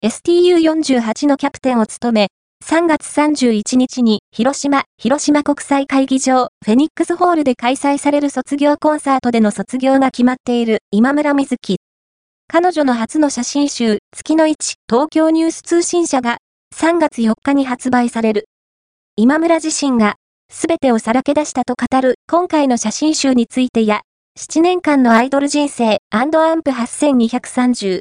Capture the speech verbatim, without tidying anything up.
エスティーユーよんじゅうはち のキャプテンを務め、さんがつさんじゅういちにちに広島、広島国際会議場、フェニックスホールで開催される卒業コンサートでの卒業が決まっている今村瑞希。彼女の初の写真集、月の一、東京ニュース通信社がさんがつよっかに発売される。今村自身がすべてをさらけ出したと語る今回の写真集についてや、ななねんかんのアイドル人生&アンプはっせんにひゃくさんじゅう、